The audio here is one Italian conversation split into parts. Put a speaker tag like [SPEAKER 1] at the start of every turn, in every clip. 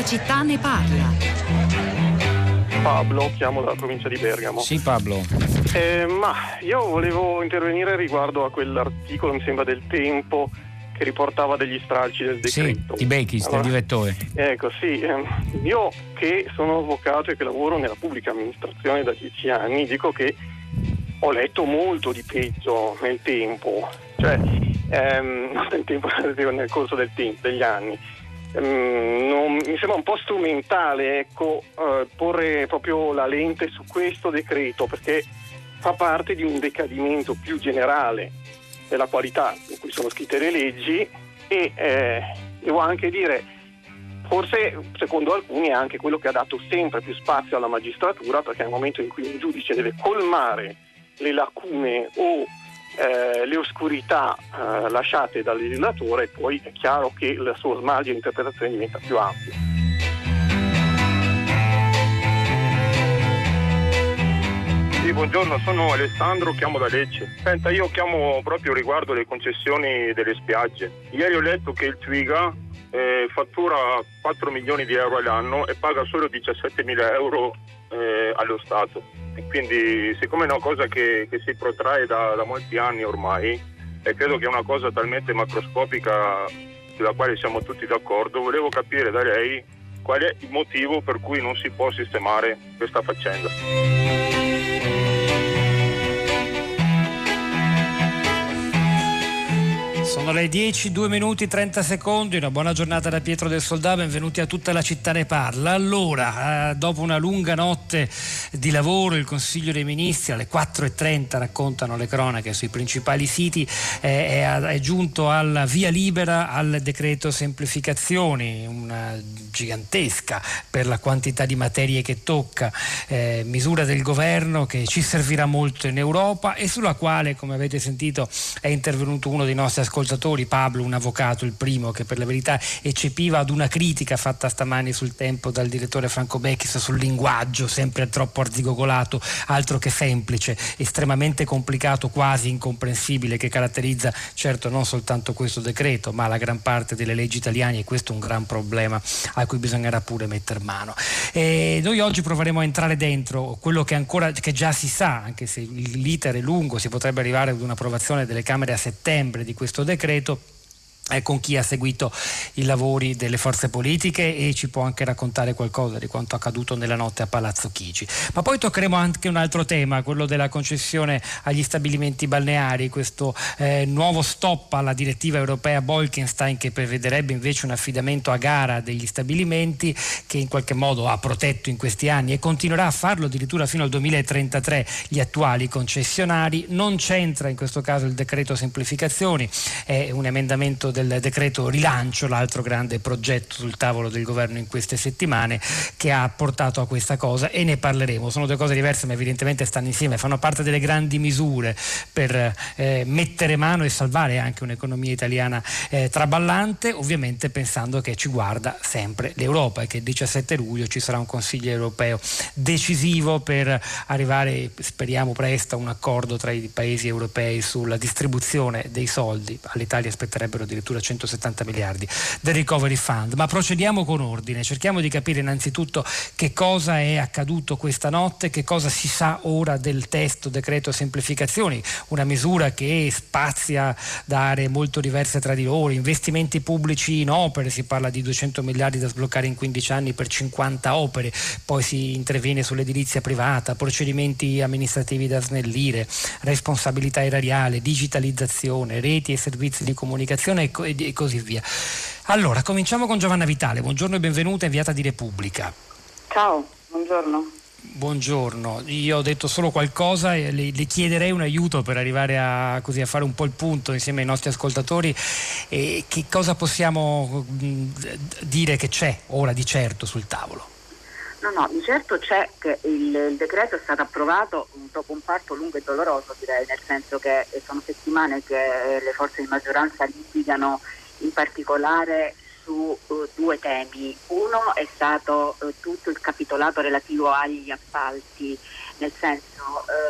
[SPEAKER 1] città ne parla.
[SPEAKER 2] Pablo, chiamo dalla provincia di Bergamo.
[SPEAKER 3] Sì, Pablo.
[SPEAKER 2] Ma io volevo intervenire riguardo a quell'articolo, mi sembra, del Tempo, che riportava degli stralci del decreto.
[SPEAKER 3] Sì, di Bechis, il direttore.
[SPEAKER 2] Ecco, sì. Io che sono avvocato e che lavoro nella pubblica amministrazione da 10 anni, dico che ho letto molto di peggio nel tempo, cioè nel corso degli anni. Mi sembra un po' strumentale, ecco, porre proprio la lente su questo decreto, perché fa parte di un decadimento più generale della qualità in cui sono scritte le leggi e devo anche dire, forse secondo alcuni è anche quello che ha dato sempre più spazio alla magistratura, perché nel momento in cui un giudice deve colmare le lacune o le oscurità lasciate dal legislatore, poi è chiaro che il suo margine di interpretazione diventa più ampio.
[SPEAKER 4] Sì, buongiorno, sono Alessandro, chiamo da Lecce. Senta, io chiamo proprio riguardo le concessioni delle spiagge. Ieri ho letto che il Twiga fattura 4 milioni di euro all'anno e paga solo 17.000 euro allo Stato. E quindi, siccome è una cosa che si protrae da molti anni ormai, e credo che è una cosa talmente macroscopica sulla quale siamo tutti d'accordo, volevo capire da lei qual è il motivo per cui non si può sistemare questa faccenda.
[SPEAKER 3] Sono le 10, 2 minuti 30 secondi, una buona giornata da Pietro del Soldà, benvenuti a Tutta la città ne parla. Allora, dopo una lunga notte di lavoro, il Consiglio dei Ministri alle 4:30, raccontano le cronache sui principali siti, è giunto alla via libera al decreto semplificazioni, una gigantesca per la quantità di materie che tocca, misura del governo che ci servirà molto in Europa e sulla quale, come avete sentito, è intervenuto uno dei nostri ascoltatori, Pablo, un avvocato, il primo, che per la verità eccepiva ad una critica fatta stamani sul Tempo dal direttore Franco Bechis sul linguaggio sempre troppo arzigogolato, altro che semplice, estremamente complicato, quasi incomprensibile, che caratterizza certo non soltanto questo decreto ma la gran parte delle leggi italiane, e questo è un gran problema a cui bisognerà pure mettere mano. E noi oggi proveremo a entrare dentro quello che già si sa, anche se l'iter è lungo, si potrebbe arrivare ad un'approvazione delle Camere a settembre di questo decreto, con chi ha seguito i lavori delle forze politiche e ci può anche raccontare qualcosa di quanto accaduto nella notte a Palazzo Chigi. Ma poi toccheremo anche un altro tema, quello della concessione agli stabilimenti balneari, questo nuovo stop alla direttiva europea Bolkestein, che prevederebbe invece un affidamento a gara degli stabilimenti, che in qualche modo ha protetto in questi anni e continuerà a farlo addirittura fino al 2033 gli attuali concessionari. Non c'entra in questo caso il decreto semplificazioni, è un emendamento del decreto rilancio, l'altro grande progetto sul tavolo del governo in queste settimane, che ha portato a questa cosa, e ne parleremo. Sono due cose diverse ma evidentemente stanno insieme, fanno parte delle grandi misure per mettere mano e salvare anche un'economia italiana traballante, ovviamente pensando che ci guarda sempre l'Europa e che il 17 luglio ci sarà un Consiglio europeo decisivo per arrivare, speriamo presto, a un accordo tra i paesi europei sulla distribuzione dei soldi. All'Italia aspetterebbero addirittura 170 miliardi del Recovery Fund. Ma procediamo con ordine, cerchiamo di capire innanzitutto che cosa è accaduto questa notte, che cosa si sa ora del testo decreto semplificazioni, una misura che spazia da aree molto diverse tra di loro, investimenti pubblici in opere, si parla di 200 miliardi da sbloccare in 15 anni per 50 opere, poi si interviene sull'edilizia privata, procedimenti amministrativi da snellire, responsabilità erariale, digitalizzazione, reti e servizi di comunicazione e così via. Allora, cominciamo con Giovanna Vitale. Buongiorno e benvenuta, inviata di Repubblica.
[SPEAKER 5] Ciao, buongiorno.
[SPEAKER 3] Buongiorno, io ho detto solo qualcosa e le chiederei un aiuto per arrivare a fare un po' il punto insieme ai nostri ascoltatori. E che cosa possiamo dire che c'è ora di certo sul tavolo?
[SPEAKER 5] No, di certo c'è che il decreto è stato approvato dopo un parto lungo e doloroso, direi, nel senso che sono settimane che le forze di maggioranza litigano in particolare su due temi. Uno è stato tutto il capitolato relativo agli appalti, nel senso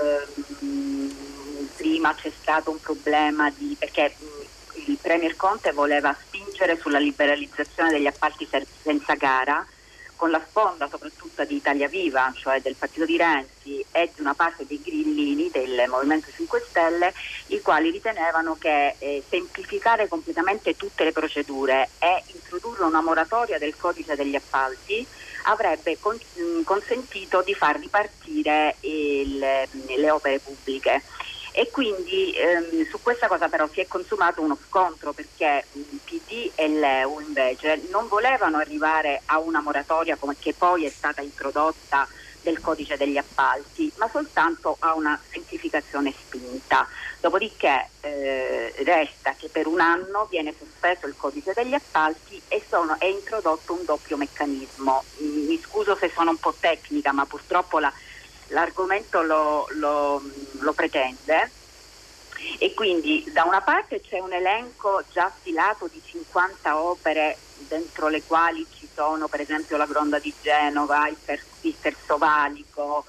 [SPEAKER 5] prima c'è stato un problema perché il Premier Conte voleva spingere sulla liberalizzazione degli appalti senza gara, con la sponda soprattutto di Italia Viva, cioè del partito di Renzi, e di una parte dei grillini del Movimento 5 Stelle, i quali ritenevano che semplificare completamente tutte le procedure e introdurre una moratoria del codice degli appalti avrebbe consentito di far ripartire le opere pubbliche. E quindi su questa cosa però si è consumato uno scontro, perché PD e l'EU invece non volevano arrivare a una moratoria come che poi è stata introdotta del codice degli appalti, ma soltanto a una semplificazione spinta. Dopodiché resta che per un anno viene sospeso il codice degli appalti e è introdotto un doppio meccanismo. Mi scuso se sono un po' tecnica, ma purtroppo l'argomento lo pretende, e quindi da una parte c'è un elenco già stilato di 50 opere, dentro le quali ci sono per esempio la Gronda di Genova, il Terzo Valico,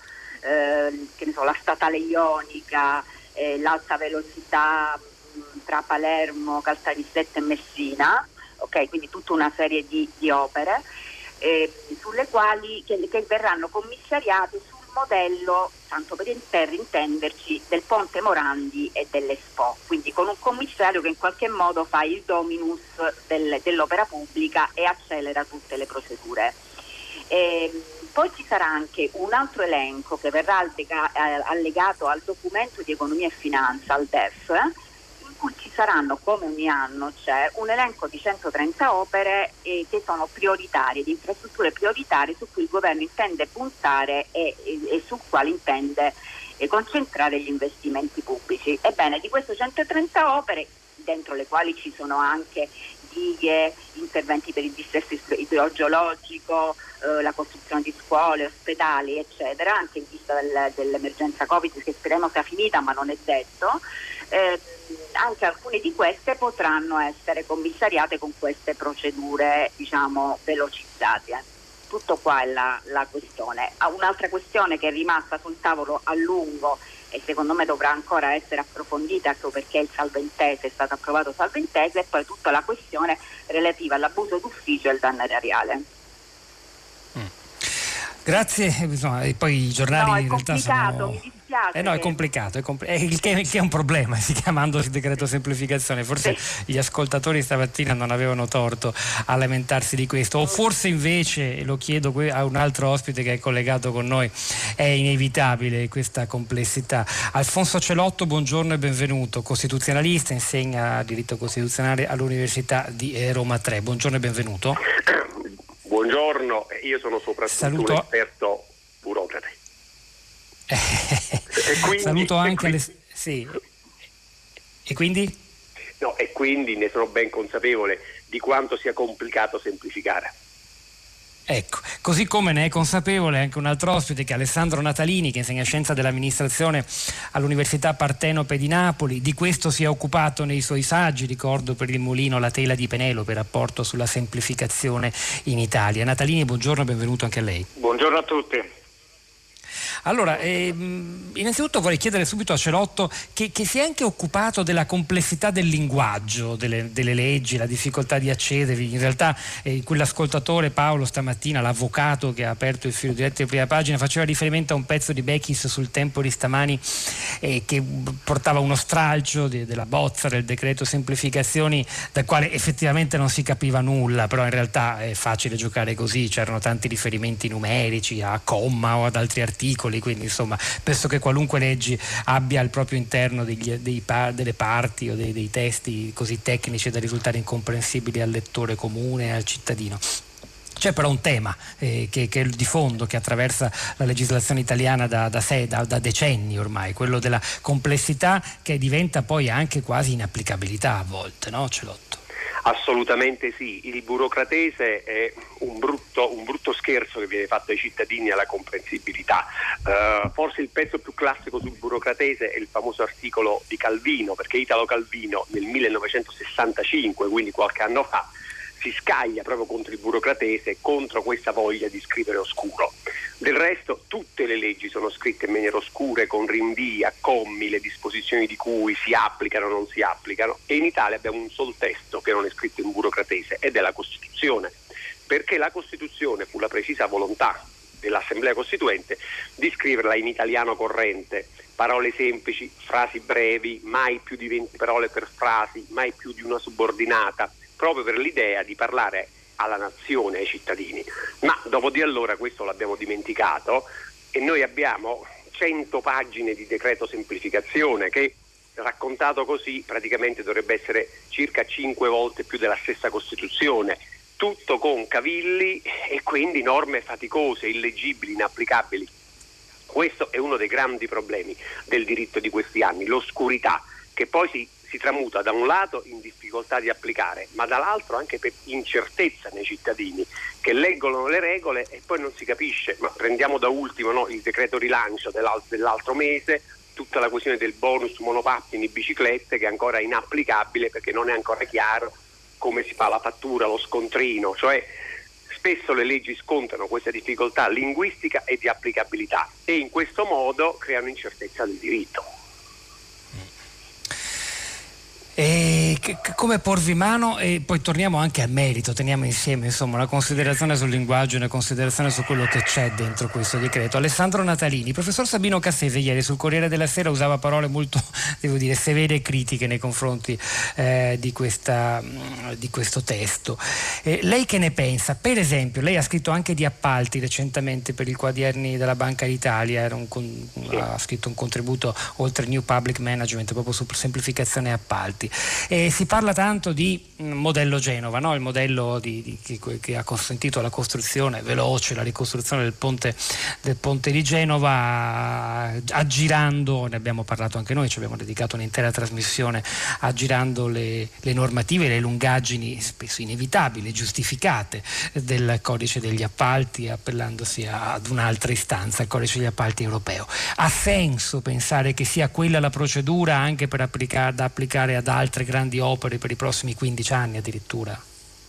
[SPEAKER 5] la statale ionica, l'alta velocità tra Palermo, Caltanissetta e Messina, ok, quindi tutta una serie di opere sulle quali che verranno commissariate sul modello, tanto per intenderci, del Ponte Morandi e dell'Expo, quindi con un commissario che in qualche modo fa il dominus dell'opera pubblica e accelera tutte le procedure. Poi ci sarà anche un altro elenco che verrà allegato al documento di economia e finanza, al DEF, in cui ci saranno, come ogni anno c'è, un elenco di 130 opere che sono prioritarie, di infrastrutture prioritarie su cui il governo intende puntare e su quali intende concentrare gli investimenti pubblici. Ebbene, di queste 130 opere, dentro le quali ci sono anche dighe, interventi per il dissesto idrogeologico, la costruzione di scuole, ospedali, eccetera, anche in vista dell'emergenza Covid, che speriamo sia finita, ma non è detto, anche alcune di queste potranno essere commissariate con queste procedure, velocizzate. Tutto qua è la questione. Un'altra questione che è rimasta sul tavolo a lungo e secondo me dovrà ancora essere approfondita, ecco perché il salventese è stato approvato salventese, e poi tutta la questione relativa all'abuso d'ufficio e al danno erariale.
[SPEAKER 3] Grazie, e poi i giornali in realtà sono...
[SPEAKER 5] mi dispiace.
[SPEAKER 3] No, è complicato, il che è un problema, chiamandosi decreto semplificazione. Forse gli ascoltatori stamattina non avevano torto a lamentarsi di questo, o forse invece, lo chiedo a un altro ospite che è collegato con noi, è inevitabile questa complessità. Alfonso Celotto, buongiorno e benvenuto, costituzionalista, insegna diritto costituzionale all'Università di Roma 3. Buongiorno e benvenuto.
[SPEAKER 1] Buongiorno, io sono soprattutto un esperto burocrate.
[SPEAKER 3] Saluto anche sì. E quindi?
[SPEAKER 1] No, e quindi ne sono ben consapevole di quanto sia complicato semplificare.
[SPEAKER 3] Ecco, così come ne è consapevole anche un altro ospite, che è Alessandro Natalini, che insegna scienza dell'amministrazione all'Università Partenope di Napoli. Di questo si è occupato nei suoi saggi, ricordo per Il Mulino, La tela di Penelope, rapporto sulla semplificazione in Italia. Natalini, buongiorno e benvenuto anche a lei.
[SPEAKER 4] Buongiorno a tutti.
[SPEAKER 3] Allora, innanzitutto vorrei chiedere subito a Celotto che si è anche occupato della complessità del linguaggio delle leggi, la difficoltà di accedervi. In realtà quell'ascoltatore Paolo stamattina, l'avvocato che ha aperto il filo diretto di prima pagina, faceva riferimento a un pezzo di Bechis sul Tempo di stamani che portava uno stralcio della bozza del decreto semplificazioni, dal quale effettivamente non si capiva nulla, però in realtà è facile giocare così, c'erano tanti riferimenti numerici a comma o ad altri articoli, quindi insomma penso che qualunque legge abbia al proprio interno delle parti o dei testi così tecnici da risultare incomprensibili al lettore comune e al cittadino. C'è però un tema che è di fondo, che attraversa la legislazione italiana da decenni ormai, quello della complessità, che diventa poi anche quasi inapplicabilità a volte, no Celotto?
[SPEAKER 1] Assolutamente sì, il burocratese è un brutto scherzo che viene fatto ai cittadini alla comprensibilità. Forse il pezzo più classico sul burocratese è il famoso articolo di Calvino, perché Italo Calvino nel 1965, quindi qualche anno fa, si scaglia proprio contro il burocratese, contro questa voglia di scrivere oscuro. Del resto tutte le leggi sono scritte in maniera oscura, con rinvii a commi, le disposizioni di cui si applicano o non si applicano, e in Italia abbiamo un solo testo che non è scritto in burocratese ed è la Costituzione. perché la Costituzione fu la precisa volontà dell'Assemblea Costituente di scriverla in italiano corrente, parole semplici, frasi brevi, mai più di 20 parole per frasi, mai più di una subordinata, proprio per l'idea di parlare alla nazione, ai cittadini. Ma dopo di allora questo l'abbiamo dimenticato e noi abbiamo 100 pagine di decreto semplificazione che, raccontato così, praticamente dovrebbe essere circa 5 volte più della stessa Costituzione, tutto con cavilli e quindi norme faticose, illeggibili, inapplicabili. Questo è uno dei grandi problemi del diritto di questi anni, l'oscurità, che poi si tramuta da un lato in difficoltà di applicare, ma dall'altro anche per incertezza nei cittadini che leggono le regole e poi non si capisce. Ma prendiamo da ultimo il decreto rilancio dell'altro mese, tutta la questione del bonus monopattini, biciclette, che è ancora inapplicabile perché non è ancora chiaro come si fa la fattura, lo scontrino, cioè spesso le leggi scontano questa difficoltà linguistica e di applicabilità e in questo modo creano incertezza del diritto.
[SPEAKER 3] Come porvi mano, e poi torniamo anche al merito, teniamo insieme insomma una considerazione sul linguaggio e una considerazione su quello che c'è dentro questo decreto. Alessandro Natalini, il professor Sabino Cassese ieri sul Corriere della Sera usava parole molto, devo dire, severe e critiche nei confronti di questo testo. Lei che ne pensa? Per esempio, lei ha scritto anche di appalti recentemente per i quaderni della Banca d'Italia, ha scritto un contributo oltre New Public Management proprio su semplificazione e appalti. Si parla tanto di modello Genova, no? Il modello che ha consentito la costruzione veloce, la ricostruzione del ponte di Genova, aggirando, ne abbiamo parlato anche noi, ci abbiamo dedicato un'intera trasmissione aggirando le normative, le lungaggini spesso inevitabili, giustificate del codice degli appalti, appellandosi ad un'altra istanza, il codice degli appalti europeo. Ha senso pensare che sia quella la procedura anche da applicare ad altre grandi opere per i prossimi 15 anni addirittura?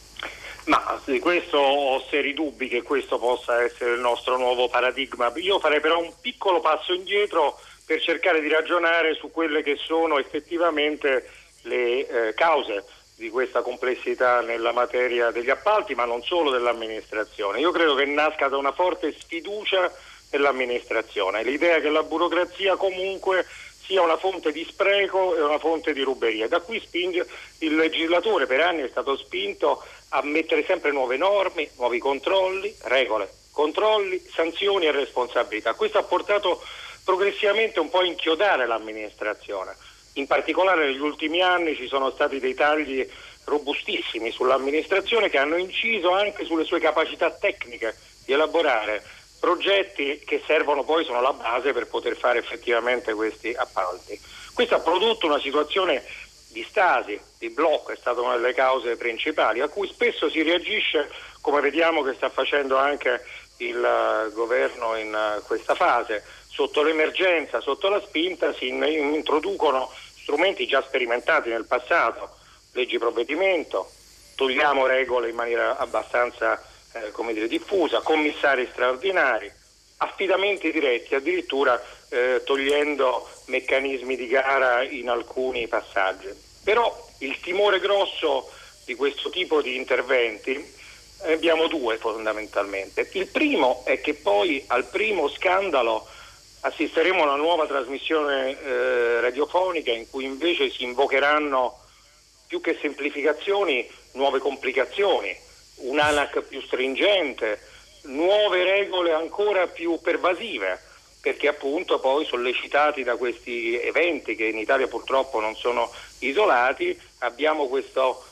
[SPEAKER 6] Ma di questo ho seri dubbi che questo possa essere il nostro nuovo paradigma. Io farei però un piccolo passo indietro per cercare di ragionare su quelle che sono effettivamente le cause di questa complessità nella materia degli appalti, ma non solo dell'amministrazione. Io credo che nasca da una forte sfiducia nell'amministrazione, l'idea che la burocrazia comunque sia una fonte di spreco e una fonte di ruberia. Da qui spinge il legislatore, per anni è stato spinto a mettere sempre nuove norme, nuovi controlli, regole, controlli, sanzioni e responsabilità. Questo ha portato progressivamente un po' a inchiodare l'amministrazione. In particolare negli ultimi anni ci sono stati dei tagli robustissimi sull'amministrazione che hanno inciso anche sulle sue capacità tecniche di elaborare progetti che servono poi, sono la base per poter fare effettivamente questi appalti. Questo ha prodotto una situazione di stasi, di blocco, è stata una delle cause principali a cui spesso si reagisce, come vediamo che sta facendo anche il governo in questa fase. Sotto l'emergenza, sotto la spinta si introducono strumenti già sperimentati nel passato, leggi provvedimento, togliamo regole in maniera abbastanza diffusa, commissari straordinari, affidamenti diretti, addirittura togliendo meccanismi di gara in alcuni passaggi. Però il timore grosso di questo tipo di interventi abbiamo due fondamentalmente. Il primo è che poi al primo scandalo assisteremo a una nuova trasmissione radiofonica in cui invece si invocheranno più che semplificazioni nuove complicazioni, un ANAC più stringente, nuove regole ancora più pervasive, perché appunto poi sollecitati da questi eventi che in Italia purtroppo non sono isolati, abbiamo questo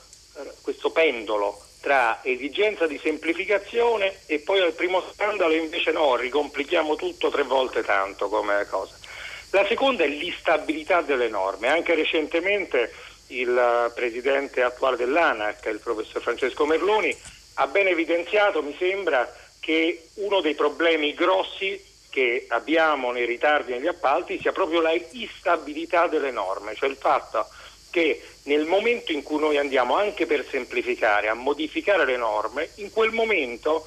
[SPEAKER 6] pendolo tra esigenza di semplificazione e poi al primo scandalo invece no, ricomplichiamo tutto 3 volte tanto come cosa. La seconda è l'instabilità delle norme. Anche recentemente il presidente attuale dell'ANAC, il professor Francesco Merloni, ha ben evidenziato, mi sembra, che uno dei problemi grossi che abbiamo nei ritardi negli appalti sia proprio la instabilità delle norme, cioè il fatto che nel momento in cui noi andiamo anche per semplificare a modificare le norme, in quel momento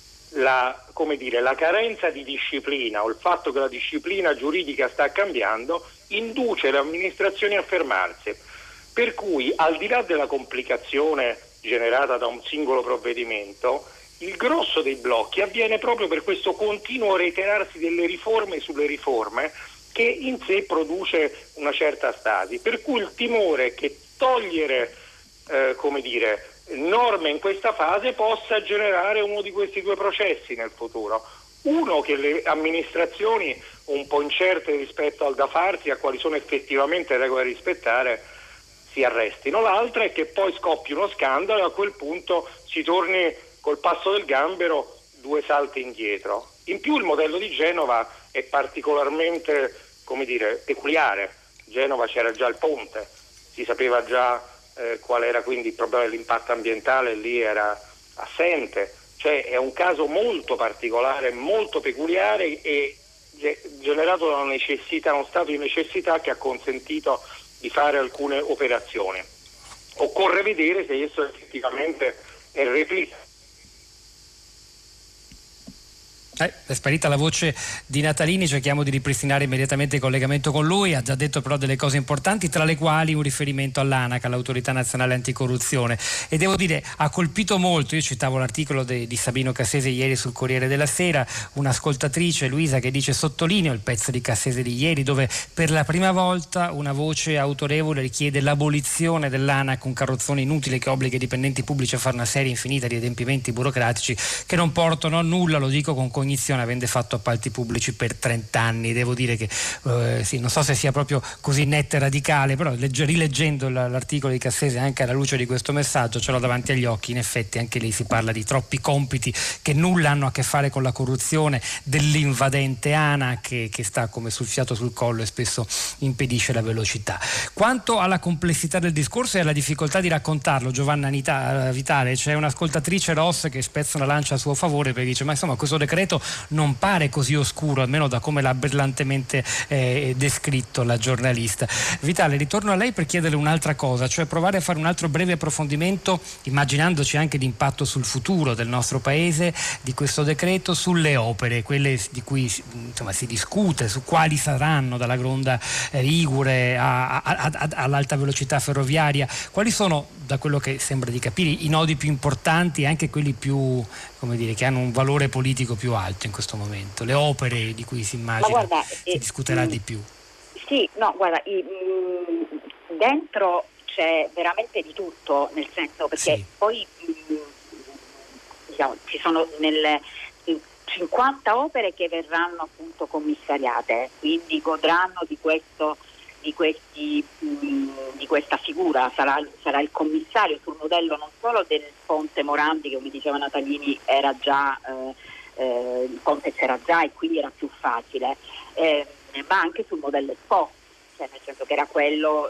[SPEAKER 6] la carenza di disciplina o il fatto che la disciplina giuridica sta cambiando induce le amministrazioni a fermarsi. Per cui al di là della complicazione generata da un singolo provvedimento, il grosso dei blocchi avviene proprio per questo continuo reiterarsi delle riforme sulle riforme, che in sé produce una certa stasi, per cui il timore è che togliere norme in questa fase possa generare uno di questi due processi nel futuro. Uno, che le amministrazioni un po' incerte rispetto al da farsi, a quali sono effettivamente le regole da rispettare, si arrestino. L'altra è che poi scoppi uno scandalo e a quel punto si torni col passo del gambero 2 salti indietro. In più il modello di Genova è particolarmente, peculiare. Genova c'era già il ponte, si sapeva già qual era quindi il problema dell'impatto ambientale, lì era assente, cioè è un caso molto particolare, molto peculiare e generato da una necessità, uno stato di necessità che ha consentito di fare alcune operazioni. Occorre vedere se esso effettivamente è replicato.
[SPEAKER 3] È sparita la voce di Natalini, cerchiamo di ripristinare immediatamente il collegamento con lui. Ha già detto però delle cose importanti, tra le quali un riferimento all'ANAC, all'Autorità Nazionale Anticorruzione, e devo dire ha colpito molto. Io citavo l'articolo di Sabino Cassese ieri sul Corriere della Sera, un'ascoltatrice, Luisa, che dice: sottolineo il pezzo di Cassese di ieri dove per la prima volta una voce autorevole richiede l'abolizione dell'ANAC, un carrozzone inutile che obbliga i dipendenti pubblici a fare una serie infinita di adempimenti burocratici che non portano a nulla. Lo dico con cognizione, avendo fatto appalti pubblici per 30 anni. Devo dire che non so se sia proprio così netta e radicale, però rileggendo l'articolo di Cassese anche alla luce di questo messaggio ce l'ho davanti agli occhi. In effetti anche lì si parla di troppi compiti che nulla hanno a che fare con la corruzione, dell'invadente ANAC che sta come sul fiato sul collo e spesso impedisce la velocità. Quanto alla complessità del discorso e alla difficoltà di raccontarlo, Giovanna Vitale, c'è un'ascoltatrice, Ross, che spezza una lancia a suo favore perché dice: ma insomma questo decreto non pare così oscuro, almeno da come l'ha brillantemente descritto la giornalista. Vitale, ritorno a lei per chiederle un'altra cosa, cioè provare a fare un altro breve approfondimento, immaginandoci anche l'impatto sul futuro del nostro paese di questo decreto sulle opere, quelle di cui si discute, su quali saranno, dalla Gronda Ligure all'alta velocità ferroviaria. Quali sono, da quello che sembra di capire, i nodi più importanti e anche quelli più, che hanno un valore politico più alto in questo momento, le opere di cui si immagina si discuterà di più?
[SPEAKER 5] Sì, no, guarda, dentro c'è veramente di tutto, nel senso, perché sì. Poi ci sono 50 opere che verranno appunto commissariate, quindi godranno di questa figura, sarà il commissario sul modello non solo del ponte Morandi, che come diceva Natalini era già il ponte c'era già e quindi era più facile, ma anche sul modello Expo, cioè nel senso che era quello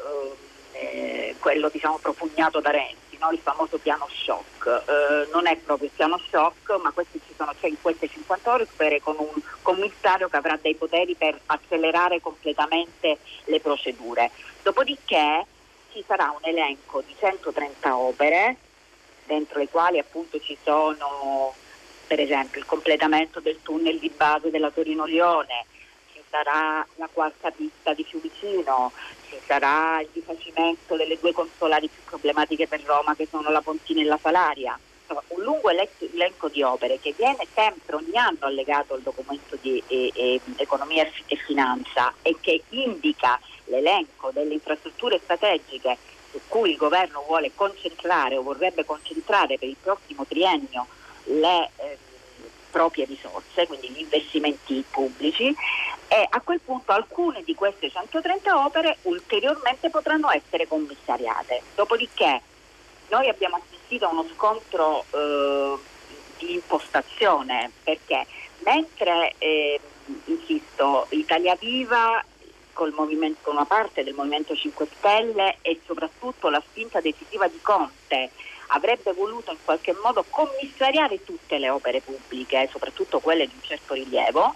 [SPEAKER 5] propugnato da Renzi, no? Il famoso piano shock. Non è proprio il piano shock, ma c'è in queste 50 opere con un commissario che avrà dei poteri per accelerare completamente le procedure. Dopodiché ci sarà un elenco di 130 opere, dentro le quali appunto ci sono per esempio il completamento del tunnel di base della Torino-Lione, ci sarà la quarta pista di Fiumicino, ci sarà il rifacimento delle 2 consolari più problematiche per Roma, che sono la Pontina e la Salaria. Insomma, un lungo elenco di opere che viene sempre ogni anno allegato al documento di economia e finanza e che indica l'elenco delle infrastrutture strategiche su cui il governo vuole concentrare o vorrebbe concentrare per il prossimo triennio le proprie risorse, quindi gli investimenti pubblici, e a quel punto alcune di queste 130 opere ulteriormente potranno essere commissariate. Dopodiché noi abbiamo assistito a uno scontro di impostazione, perché mentre insisto, Italia Viva con una parte del Movimento 5 Stelle e soprattutto la spinta decisiva di Conte avrebbe voluto in qualche modo commissariare tutte le opere pubbliche, soprattutto quelle di un certo rilievo,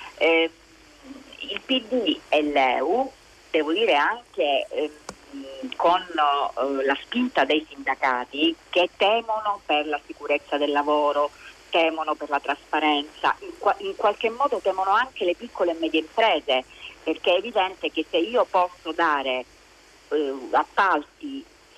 [SPEAKER 5] il PD e l'EU, devo dire anche con la spinta dei sindacati, che temono per la sicurezza del lavoro, temono per la trasparenza, in qualche modo temono anche le piccole e medie imprese, perché è evidente che se io posso dare appalti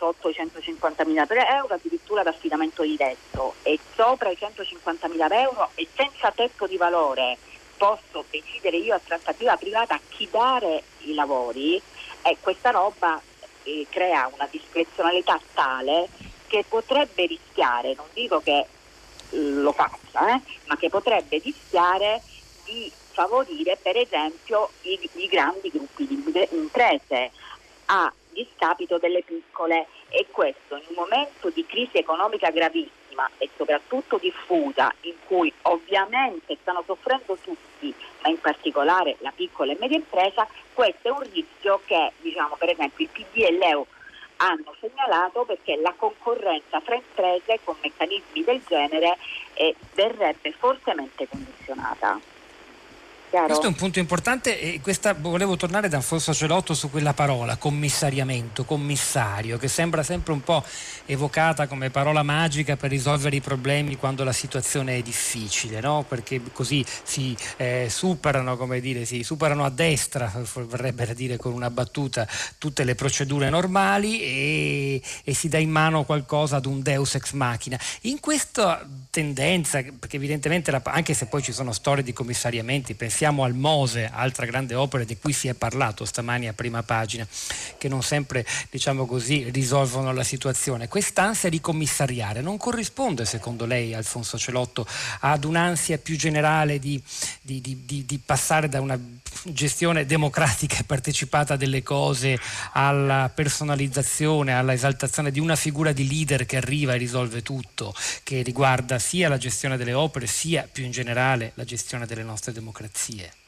[SPEAKER 5] sotto i 150.000 euro addirittura ad affidamento diretto, e sopra i 150.000 euro e senza tetto di valore posso decidere io a trattativa privata a chi dare i lavori, e questa roba crea una discrezionalità tale che potrebbe rischiare, non dico che lo faccia, ma che potrebbe rischiare di favorire per esempio i grandi gruppi di imprese a discapito delle piccole, e questo in un momento di crisi economica gravissima e soprattutto diffusa, in cui ovviamente stanno soffrendo tutti, ma in particolare la piccola e media impresa. Questo è un rischio che, diciamo, per esempio il PD e l'EU hanno segnalato, perché la concorrenza fra imprese con meccanismi del genere verrebbe fortemente condizionata. Chiaro?
[SPEAKER 3] Questo è un punto importante, e volevo tornare da Alfonso Celotto su quella parola, commissariamento, commissario, che sembra sempre un po' evocata come parola magica per risolvere i problemi quando la situazione è difficile, no? Perché così si superano a destra, vorrebbe dire con una battuta, tutte le procedure normali e si dà in mano qualcosa ad un deus ex machina. In questa tendenza, perché evidentemente anche se poi ci sono storie di commissariamenti, pensiamo al Mose, altra grande opera di cui si è parlato stamani a prima pagina, che non sempre, diciamo così, risolvono la situazione. Quest'ansia di commissariare non corrisponde, secondo lei, Alfonso Celotto, ad un'ansia più generale di passare da una gestione democratica e partecipata delle cose alla personalizzazione, alla esaltazione di una figura di leader che arriva e risolve tutto, che riguarda sia la gestione delle opere sia più in generale la gestione delle nostre democrazie?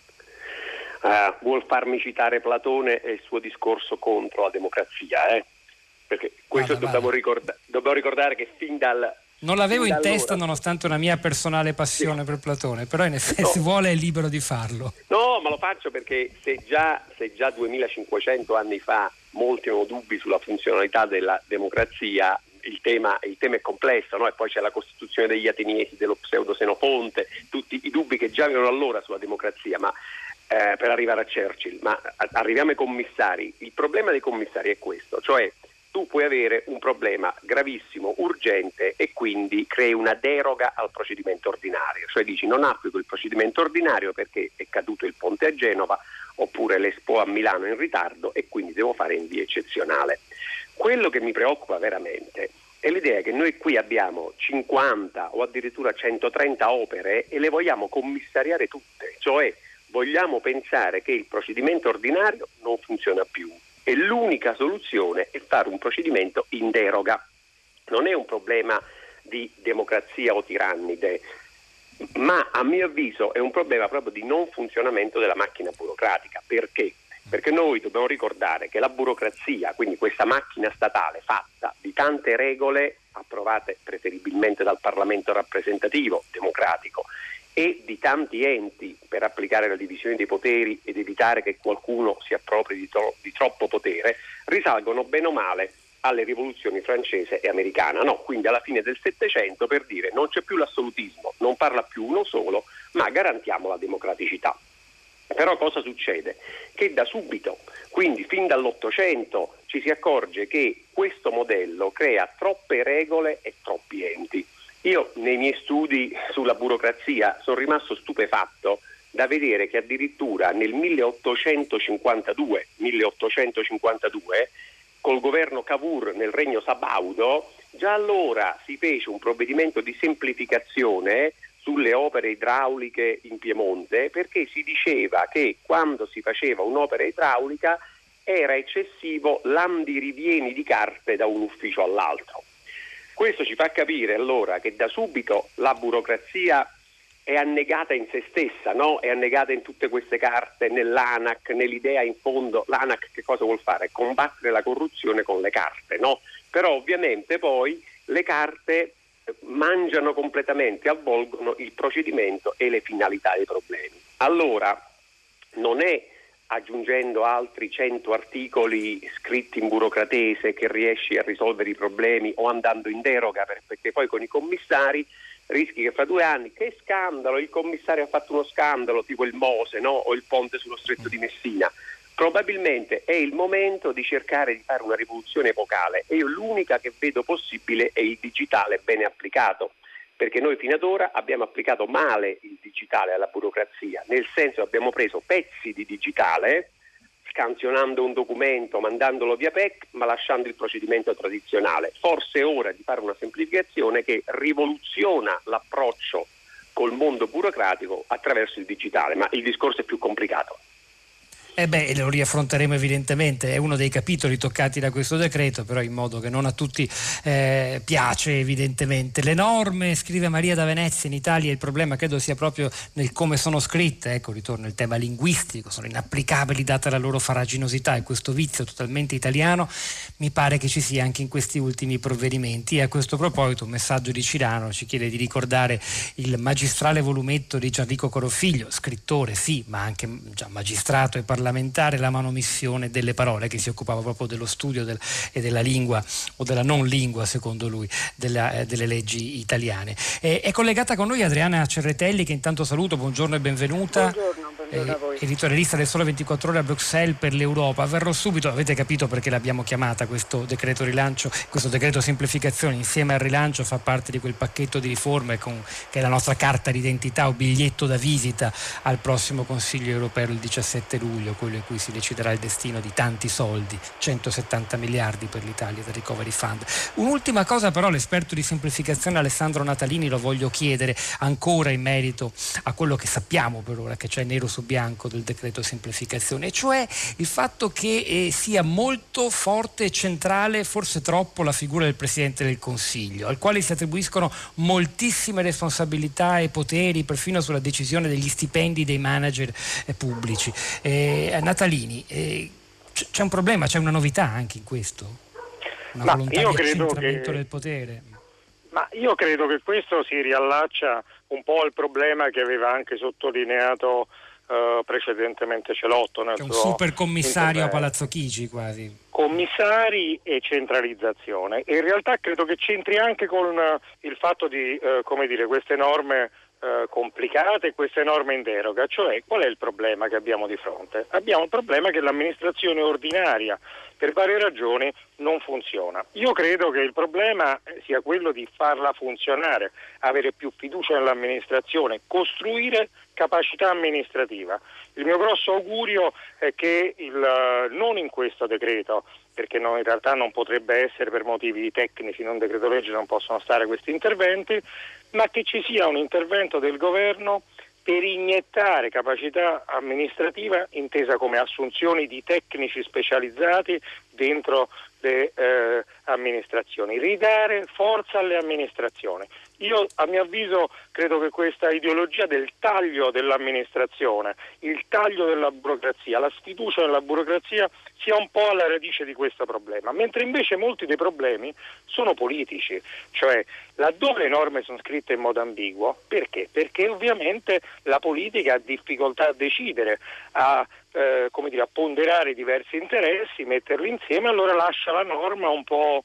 [SPEAKER 1] Vuol farmi citare Platone e il suo discorso contro la democrazia, perché questo dobbiamo ricordare che fin dal...
[SPEAKER 3] Non l'avevo in testa nonostante una mia personale passione per Platone, però in effetti se vuole è libero di farlo.
[SPEAKER 1] No, ma lo faccio perché se già 2500 anni fa molti hanno dubbi sulla funzionalità della democrazia, il tema è complesso, no? E poi c'è la Costituzione degli Ateniesi, dello pseudo Senofonte, tutti i dubbi che già avevano allora sulla democrazia, ma per arrivare a Churchill. Ma arriviamo ai commissari. Il problema dei commissari è questo, cioè tu puoi avere un problema gravissimo, urgente, e quindi crei una deroga al procedimento ordinario, cioè dici non applico il procedimento ordinario perché è caduto il ponte a Genova oppure l'Expo a Milano in ritardo e quindi devo fare in via eccezionale. Quello che mi preoccupa veramente è l'idea che noi qui abbiamo 50 o addirittura 130 opere e le vogliamo commissariare tutte, cioè vogliamo pensare che il procedimento ordinario non funziona più e l'unica soluzione è fare un procedimento in deroga. Non è un problema di democrazia o tirannide, ma a mio avviso è un problema proprio di non funzionamento della macchina burocratica. Perché? Perché noi dobbiamo ricordare che la burocrazia, quindi questa macchina statale fatta di tante regole approvate preferibilmente dal Parlamento rappresentativo democratico e di tanti enti per applicare la divisione dei poteri ed evitare che qualcuno si appropri di troppo potere, risalgono bene o male alle rivoluzioni francese e americana, no? Quindi alla fine del Settecento, per dire non c'è più l'assolutismo, non parla più uno solo, ma garantiamo la democraticità. Però cosa succede? Che da subito, quindi fin dall'Ottocento, ci si accorge che questo modello crea troppe regole e troppi enti. Io nei miei studi sulla burocrazia sono rimasto stupefatto da vedere che addirittura nel 1852, col governo Cavour nel regno sabaudo, già allora si fece un provvedimento di semplificazione sulle opere idrauliche in Piemonte, perché si diceva che quando si faceva un'opera idraulica era eccessivo l'andirivieni di carte da un ufficio all'altro. Questo ci fa capire allora che da subito la burocrazia è annegata in se stessa, no? È annegata in tutte queste carte, nell'ANAC, nell'idea in fondo, l'ANAC che cosa vuol fare? Combattere la corruzione con le carte, no? Però ovviamente poi le carte mangiano completamente, avvolgono il procedimento e le finalità dei problemi. Allora non è aggiungendo altri 100 articoli scritti in burocratese che riesci a risolvere i problemi o andando in deroga, perché poi con i commissari rischi che fra 2 anni, che scandalo, il commissario ha fatto uno scandalo tipo il Mose, no? O il ponte sullo stretto di Messina. Probabilmente è il momento di cercare di fare una rivoluzione epocale e io l'unica che vedo possibile è il digitale bene applicato, perché noi fino ad ora abbiamo applicato male il digitale alla burocrazia, nel senso che abbiamo preso pezzi di digitale, scansionando un documento, mandandolo via PEC, ma lasciando il procedimento tradizionale. Forse è ora di fare una semplificazione che rivoluziona l'approccio col mondo burocratico attraverso il digitale, ma il discorso è più complicato.
[SPEAKER 3] Lo riaffronteremo evidentemente, è uno dei capitoli toccati da questo decreto, però in modo che non a tutti piace evidentemente. Le norme, scrive Maria da Venezia, in Italia il problema credo sia proprio nel come sono scritte, ecco ritorno il tema linguistico, sono inapplicabili data la loro farraginosità e questo vizio totalmente italiano mi pare che ci sia anche in questi ultimi provvedimenti. E a questo proposito un messaggio di Cirano ci chiede di ricordare il magistrale volumetto di Gianrico Corofiglio, scrittore sì, ma anche già magistrato e parlamentare, la manomissione delle parole, che si occupava proprio dello studio e della lingua o della non lingua, secondo lui, delle leggi italiane. È collegata con noi Adriana Cerretelli, che intanto saluto, buongiorno e benvenuta.
[SPEAKER 5] Buongiorno a voi.
[SPEAKER 3] Editorialista del Sole 24 Ore a Bruxelles per l'Europa. Verrò subito, avete capito perché l'abbiamo chiamata questo decreto rilancio, questo decreto semplificazione insieme al rilancio fa parte di quel pacchetto di riforme che è la nostra carta d'identità o biglietto da visita al prossimo Consiglio europeo il 17 luglio, quello in cui si deciderà il destino di tanti soldi, 170 miliardi per l'Italia del Recovery Fund. Un'ultima cosa però, l'esperto di semplificazione Alessandro Natalini lo voglio chiedere ancora in merito a quello che sappiamo per ora, che c'è nero su bianco del decreto semplificazione, e cioè il fatto che sia molto forte e centrale, forse troppo, la figura del Presidente del Consiglio, al quale si attribuiscono moltissime responsabilità e poteri, perfino sulla decisione degli stipendi dei manager pubblici. Natalini, c'è un problema, c'è una novità anche in questo? Una volontà di accentramento del potere?
[SPEAKER 6] Ma io credo che questo si riallaccia un po' al problema che aveva anche sottolineato precedentemente Celotto nel
[SPEAKER 3] un
[SPEAKER 6] suo
[SPEAKER 3] super commissario a
[SPEAKER 6] intervento.
[SPEAKER 3] Palazzo Chigi quasi.
[SPEAKER 6] Commissari e centralizzazione, e in realtà credo che c'entri anche con il fatto di queste norme complicate, queste norme in deroga. Cioè, qual è il problema che abbiamo di fronte? Abbiamo il problema che l'amministrazione ordinaria per varie ragioni non funziona. Io credo che il problema sia quello di farla funzionare, avere più fiducia nell'amministrazione, costruire capacità amministrativa. Il mio grosso augurio è che non in questo decreto, perché in realtà non potrebbe essere per motivi tecnici, in un decreto legge non possono stare questi interventi, ma che ci sia un intervento del governo per iniettare capacità amministrativa intesa come assunzioni di tecnici specializzati dentro le amministrazioni, ridare forza alle amministrazioni. Io, a mio avviso, credo che questa ideologia del taglio dell'amministrazione, il taglio della burocrazia, la sfiducia nella burocrazia sia un po' alla radice di questo problema, mentre invece molti dei problemi sono politici, cioè laddove le norme sono scritte in modo ambiguo, perché? Perché ovviamente la politica ha difficoltà a decidere, a ponderare diversi interessi, metterli insieme, allora lascia la norma un po'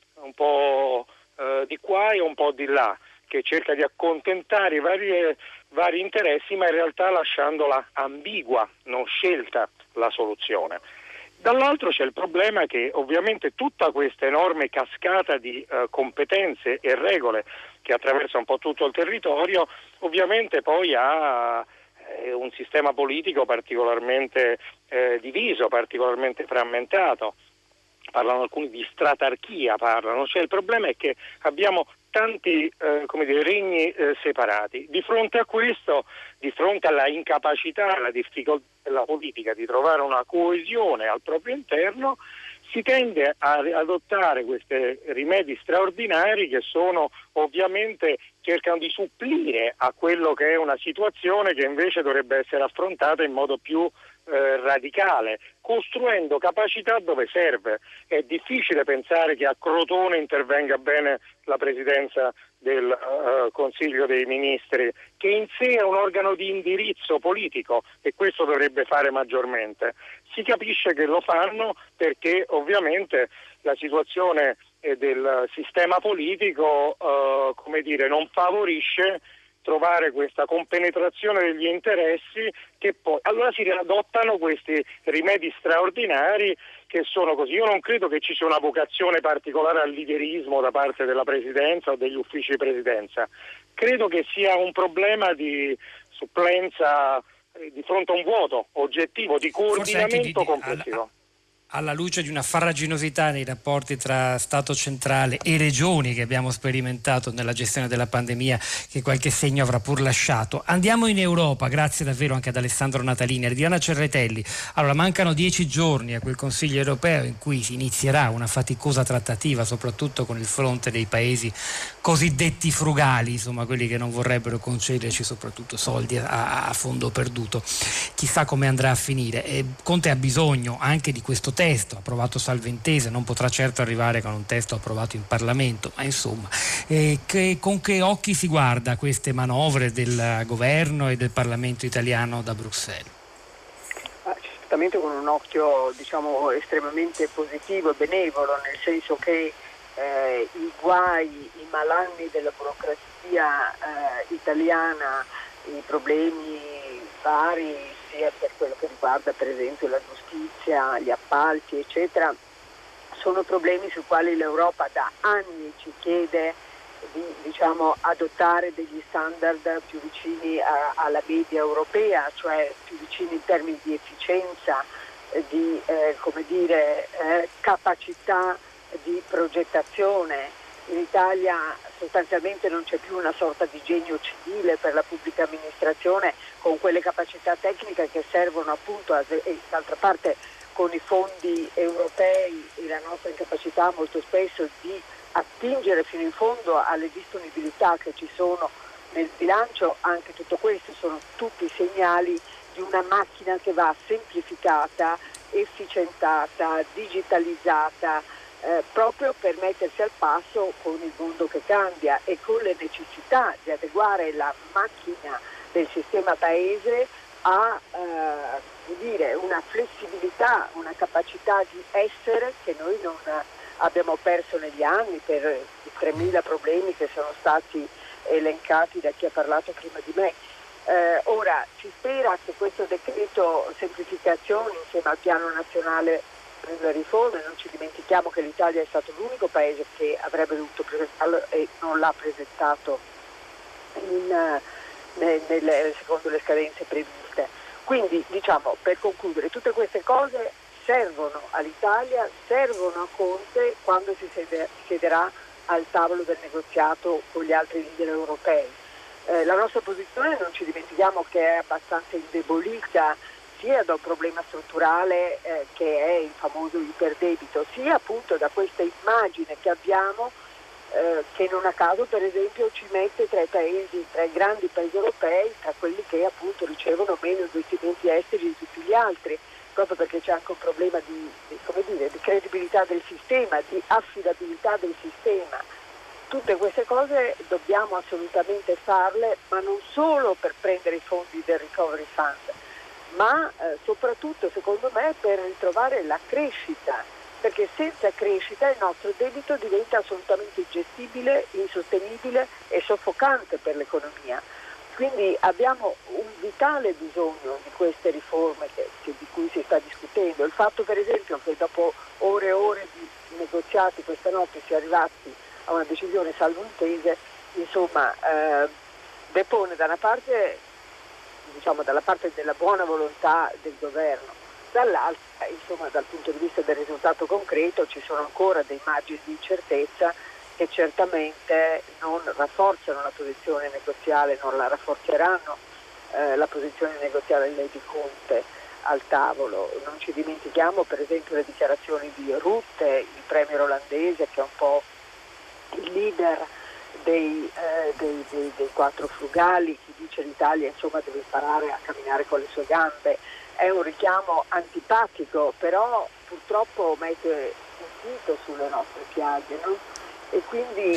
[SPEAKER 6] di qua e un po' di là, che cerca di accontentare i vari interessi, ma in realtà lasciandola ambigua, non scelta la soluzione. Dall'altro c'è il problema che ovviamente tutta questa enorme cascata di competenze e regole che attraversa un po' tutto il territorio, ovviamente poi ha un sistema politico particolarmente diviso, particolarmente frammentato. Parlano alcuni di stratarchia, cioè il problema è che abbiamo tanti regni separati. Di fronte a questo, di fronte alla incapacità, alla difficoltà della politica di trovare una coesione al proprio interno, si tende a adottare questi rimedi straordinari che sono ovviamente cercano di supplire a quello che è una situazione che invece dovrebbe essere affrontata in modo più radicale, costruendo capacità dove serve. È difficile pensare che a Crotone intervenga bene la presidenza del Consiglio dei Ministri, che in sé è un organo di indirizzo politico e questo dovrebbe fare maggiormente. Si capisce che lo fanno perché ovviamente la situazione del sistema politico non favorisce
[SPEAKER 4] trovare questa compenetrazione degli interessi, che poi allora si adottano questi rimedi straordinari che sono così. Io non credo che ci sia una vocazione particolare al leaderismo da parte della Presidenza o degli uffici di Presidenza. Credo che sia un problema di supplenza di fronte a un vuoto oggettivo, di coordinamento complessivo.
[SPEAKER 3] Alla luce di una farraginosità nei rapporti tra Stato centrale e regioni che abbiamo sperimentato nella gestione della pandemia, che qualche segno avrà pur lasciato. Andiamo in Europa, grazie davvero anche ad Alessandro Natalini e Diana Cerretelli. Allora, mancano 10 giorni a quel Consiglio europeo in cui si inizierà una faticosa trattativa, soprattutto con il fronte dei paesi cosiddetti frugali, insomma quelli che non vorrebbero concederci soprattutto soldi a fondo perduto. Chissà come andrà a finire. Conte ha bisogno anche di questo testo approvato salventese, non potrà certo arrivare con un testo approvato in Parlamento, ma insomma con che occhi si guarda queste manovre del governo e del Parlamento italiano da Bruxelles?
[SPEAKER 5] Certamente con un occhio estremamente positivo e benevolo, nel senso che i guai, i malanni della burocrazia italiana, i problemi vari sia per quello che riguarda per esempio la giustizia, gli appalti eccetera, sono problemi sui quali l'Europa da anni ci chiede di adottare degli standard più vicini alla media europea, cioè più vicini in termini di efficienza, di capacità di progettazione. In Italia sostanzialmente non c'è più una sorta di genio civile per la pubblica amministrazione con quelle capacità tecniche che servono appunto e d'altra parte con i fondi europei e la nostra incapacità molto spesso di attingere fino in fondo alle disponibilità che ci sono nel bilancio, anche tutto questo sono tutti segnali di una macchina che va semplificata, efficientata, digitalizzata, proprio per mettersi al passo con il mondo che cambia e con le necessità di adeguare la macchina del sistema paese a una flessibilità, una capacità di essere che noi non abbiamo perso negli anni per i 3.000 problemi che sono stati elencati da chi ha parlato prima di me. Ora si spera che questo decreto semplificazione insieme al piano nazionale per le riforme, non ci dimentichiamo che l'Italia è stato l'unico paese che avrebbe dovuto presentarlo e non l'ha presentato secondo le scadenze previste. Quindi per concludere, tutte queste cose servono all'Italia, servono a Conte quando si siederà al tavolo del negoziato con gli altri leader europei. La nostra posizione, non ci dimentichiamo che è abbastanza indebolita sia da un problema strutturale che è il famoso iperdebito, sia appunto da questa immagine che abbiamo che non a caso per esempio ci mette tra i grandi paesi europei, tra quelli che appunto ricevono meno investimenti esteri di tutti gli altri, proprio perché c'è anche un problema di credibilità del sistema, di affidabilità del sistema. Tutte queste cose dobbiamo assolutamente farle, ma non solo per prendere i fondi del Recovery Fund, ma soprattutto secondo me per ritrovare la crescita, perché senza crescita il nostro debito diventa assolutamente ingestibile, insostenibile e soffocante per l'economia. Quindi abbiamo un vitale bisogno di queste riforme di cui si sta discutendo. Il fatto per esempio che dopo ore e ore di negoziati questa notte si è arrivati a una decisione salvantese, depone da una parte dalla parte della buona volontà del governo, dall'altra dal punto di vista del risultato concreto ci sono ancora dei margini di incertezza che certamente non rafforzano la posizione negoziale, non la rafforzeranno la posizione negoziale di Conte al tavolo. Non ci dimentichiamo per esempio le dichiarazioni di Rutte, il premier olandese che è un po' il leader dei quattro frugali, chi dice l'Italia deve imparare a camminare con le sue gambe. È un richiamo antipatico, però purtroppo mette un dito sulle nostre piaghe, no? E quindi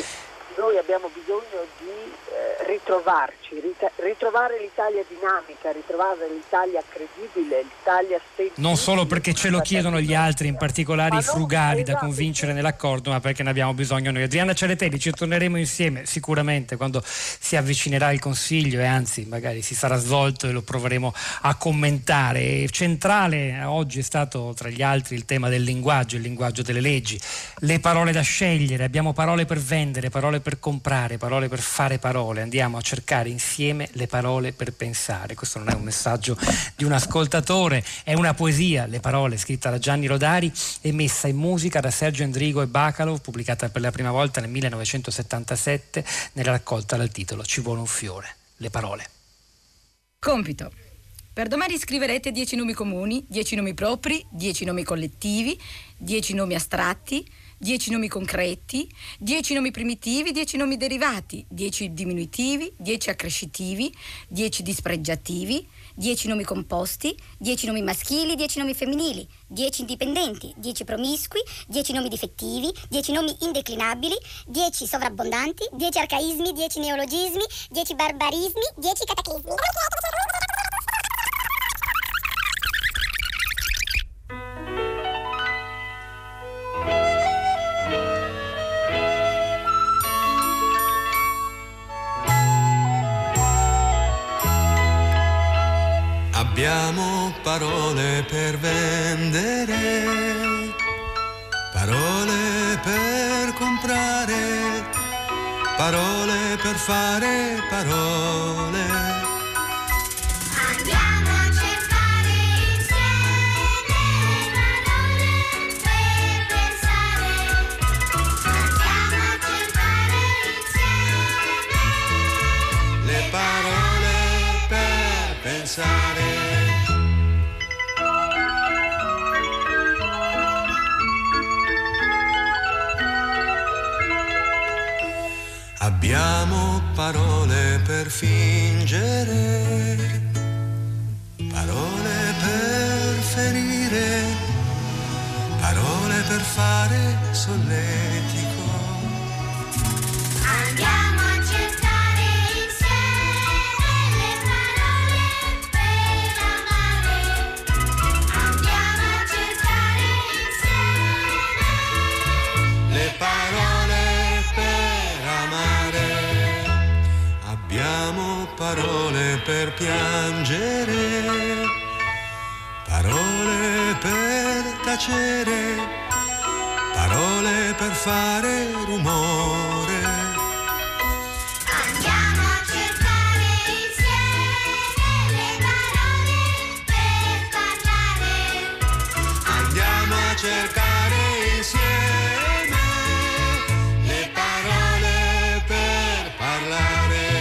[SPEAKER 7] noi abbiamo bisogno di ritrovarci, ritrovare l'Italia dinamica, ritrovare l'Italia credibile, l'Italia stessa.
[SPEAKER 3] Non solo perché ce lo chiedono gli altri, in particolare i frugali da convincere nell'accordo, ma perché ne abbiamo bisogno noi. Adriana Ciarletelli, ci torneremo insieme sicuramente quando si avvicinerà il Consiglio e anzi magari si sarà svolto e lo proveremo a commentare. Centrale oggi è stato tra gli altri il tema del linguaggio, il linguaggio delle leggi, le parole da scegliere, abbiamo parole per vendere, parole per comprare, parole per fare parole, andiamo a cercare insieme le parole per pensare. Questo non è un messaggio di un ascoltatore, è una poesia, Le parole, scritta da Gianni Rodari e messa in musica da Sergio Endrigo e Bacalov, pubblicata per la prima volta nel 1977 nella raccolta dal titolo Ci vuole un fiore. Le parole.
[SPEAKER 8] Compito. Per domani scriverete 10 nomi comuni, 10 nomi propri, 10 nomi collettivi, 10 nomi astratti, 10 nomi concreti, 10 nomi primitivi, 10 nomi derivati, 10 diminutivi, 10 accrescitivi, 10 dispregiativi, 10 nomi composti, 10 nomi maschili, 10 nomi femminili, 10 indipendenti, 10 promiscui, 10 nomi difettivi, 10 nomi indeclinabili, 10 sovrabbondanti, 10 arcaismi, 10 neologismi, 10 barbarismi, 10 cataclismi.
[SPEAKER 9] Abbiamo parole per vendere, parole per comprare, parole per fare parole.
[SPEAKER 10] Andiamo a cercare insieme le parole per pensare. Andiamo a cercare insieme
[SPEAKER 9] le parole per pensare. Abbiamo parole per fingere, parole per ferire, parole per fare solletico.
[SPEAKER 10] Andiamo a cercare insieme le parole per amare. Andiamo a cercare insieme
[SPEAKER 9] le parole per amare. Abbiamo parole per piangere, parole per tacere, parole per fare rumore.
[SPEAKER 10] Andiamo a cercare insieme le parole per parlare.
[SPEAKER 9] Andiamo a cercare insieme le parole per parlare.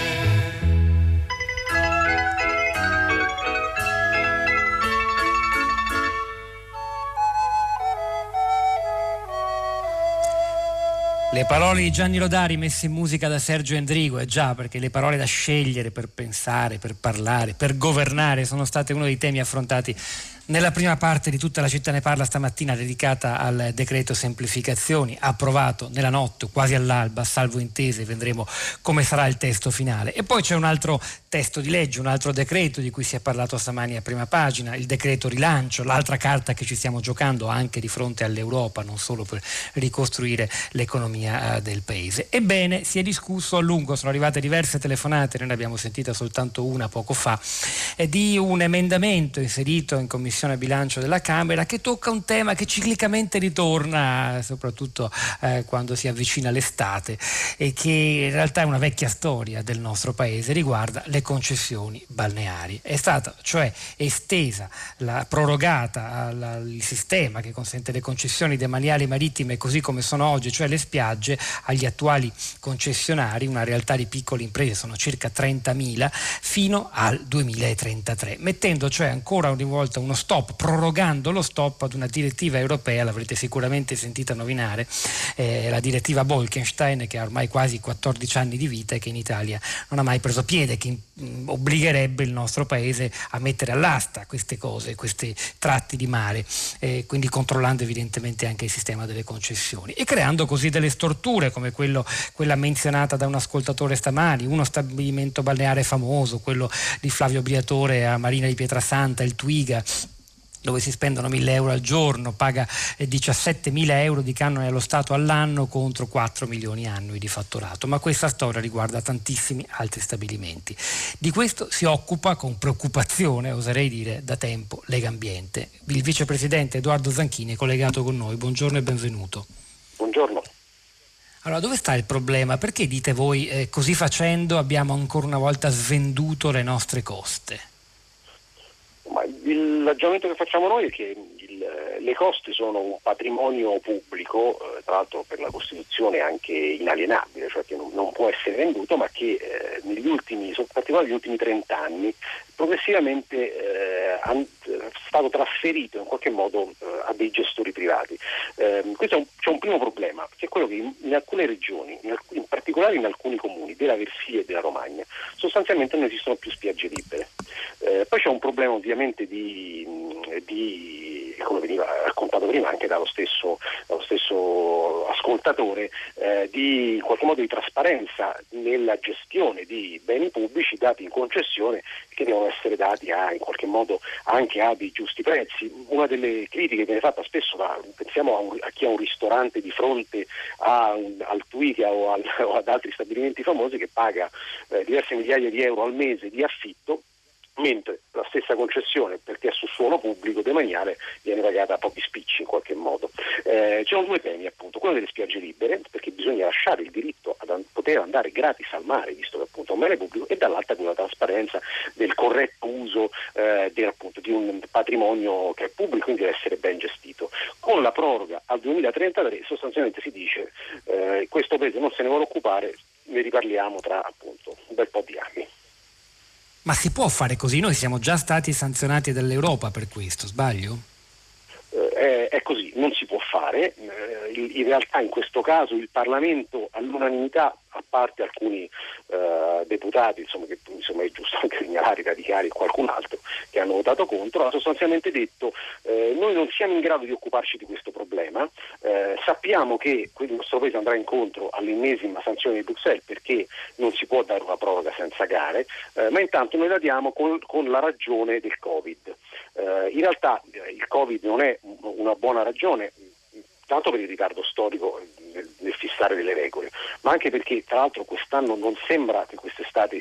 [SPEAKER 3] Le parole di Gianni Rodari messe in musica da Sergio Endrigo, e già, perché le parole da scegliere per pensare, per parlare, per governare sono state uno dei temi affrontati nella prima parte di Tutta la città ne parla stamattina, dedicata al decreto semplificazioni, approvato nella notte, quasi all'alba, salvo intese, vedremo come sarà il testo finale. E poi c'è un altro testo di legge, un altro decreto di cui si è parlato stamani a prima pagina, il decreto rilancio, l'altra carta che ci stiamo giocando anche di fronte all'Europa, non solo per ricostruire l'economia del paese. Ebbene, si è discusso a lungo, sono arrivate diverse telefonate, noi ne abbiamo sentita soltanto una poco fa, di un emendamento inserito in Commissione Bilancio della Camera che tocca un tema che ciclicamente ritorna, soprattutto quando si avvicina l'estate, e che in realtà è una vecchia storia del nostro paese, riguarda le concessioni balneari. È stata cioè estesa, prorogata il sistema che consente le concessioni demaniali marittime così come sono oggi, cioè le spiagge, agli attuali concessionari, una realtà di piccole imprese, sono circa 30.000, fino al 2033, mettendo cioè ancora una volta uno stop, prorogando lo stop ad una direttiva europea, l'avrete sicuramente sentita nominare, la direttiva Bolkestein, che ha ormai quasi 14 anni di vita e che in Italia non ha mai preso piede, che obbligherebbe il nostro paese a mettere all'asta queste cose, questi tratti di mare, quindi controllando evidentemente anche il sistema delle concessioni e creando così delle storture come quella menzionata da un ascoltatore stamani, uno stabilimento balneare famoso, quello di Flavio Briatore a Marina di Pietrasanta, il Twiga, dove si spendono 1.000 euro al giorno, paga 17.000 euro di canone allo Stato all'anno contro 4 milioni annui di fatturato. Ma questa storia riguarda tantissimi altri stabilimenti. Di questo si occupa con preoccupazione, oserei dire, da tempo Legambiente. Il vicepresidente Edoardo Zanchini è collegato con noi. Buongiorno e benvenuto.
[SPEAKER 2] Buongiorno.
[SPEAKER 3] Allora, dove sta il problema? Perché dite voi così facendo abbiamo ancora una volta svenduto le nostre coste?
[SPEAKER 2] Ma il ragionamento che facciamo noi è che le coste sono un patrimonio pubblico, tra l'altro per la Costituzione anche inalienabile, cioè che non può essere venduto, ma che negli ultimi, in particolare negli ultimi 30 anni, progressivamente è stato trasferito in qualche modo a dei gestori privati. Questo c'è un primo problema, che è quello che in alcune regioni, in particolare in alcuni comuni della Versilia e della Romagna, sostanzialmente non esistono più spiagge libere. Poi c'è un problema ovviamente di come veniva raccontato prima anche dallo stesso ascoltatore, di in qualche modo di trasparenza nella gestione di beni pubblici dati in concessione, che devono essere dati in qualche modo anche a dei giusti prezzi. Una delle critiche che viene fatta spesso pensiamo a chi ha un ristorante di fronte al Twiga o ad altri stabilimenti famosi che paga diverse migliaia di euro al mese di affitto, mentre la stessa concessione, perché è su suolo pubblico demaniale, viene pagata a pochi spicci in qualche modo. Ci sono due temi, appunto, quello delle spiagge libere, perché bisogna lasciare il diritto a poter andare gratis al mare, visto che appunto è un bene pubblico, e dall'altra quella trasparenza del corretto uso di un patrimonio che è pubblico, quindi deve essere ben gestito. Con la proroga al 2033 sostanzialmente si dice questo paese non se ne vuole occupare, ne riparliamo tra appunto un bel po' di anni.
[SPEAKER 3] Ma si può fare così? Noi siamo già stati sanzionati dall'Europa per questo, sbaglio?
[SPEAKER 2] È così, non si può fare. In realtà in questo caso il Parlamento all'unanimità, a parte alcuni deputati, che è giusto anche segnalare, radicali e qualcun altro, che hanno votato contro, ha sostanzialmente detto noi non siamo in grado di occuparci di questo problema, sappiamo che il nostro paese andrà incontro all'ennesima sanzione di Bruxelles perché non si può dare una proroga senza gare, ma intanto noi la diamo con la ragione del Covid. In realtà il Covid non è una buona ragione, tanto per il ritardo storico nel fissare delle regole, ma anche perché tra l'altro quest'anno non sembra che quest'estate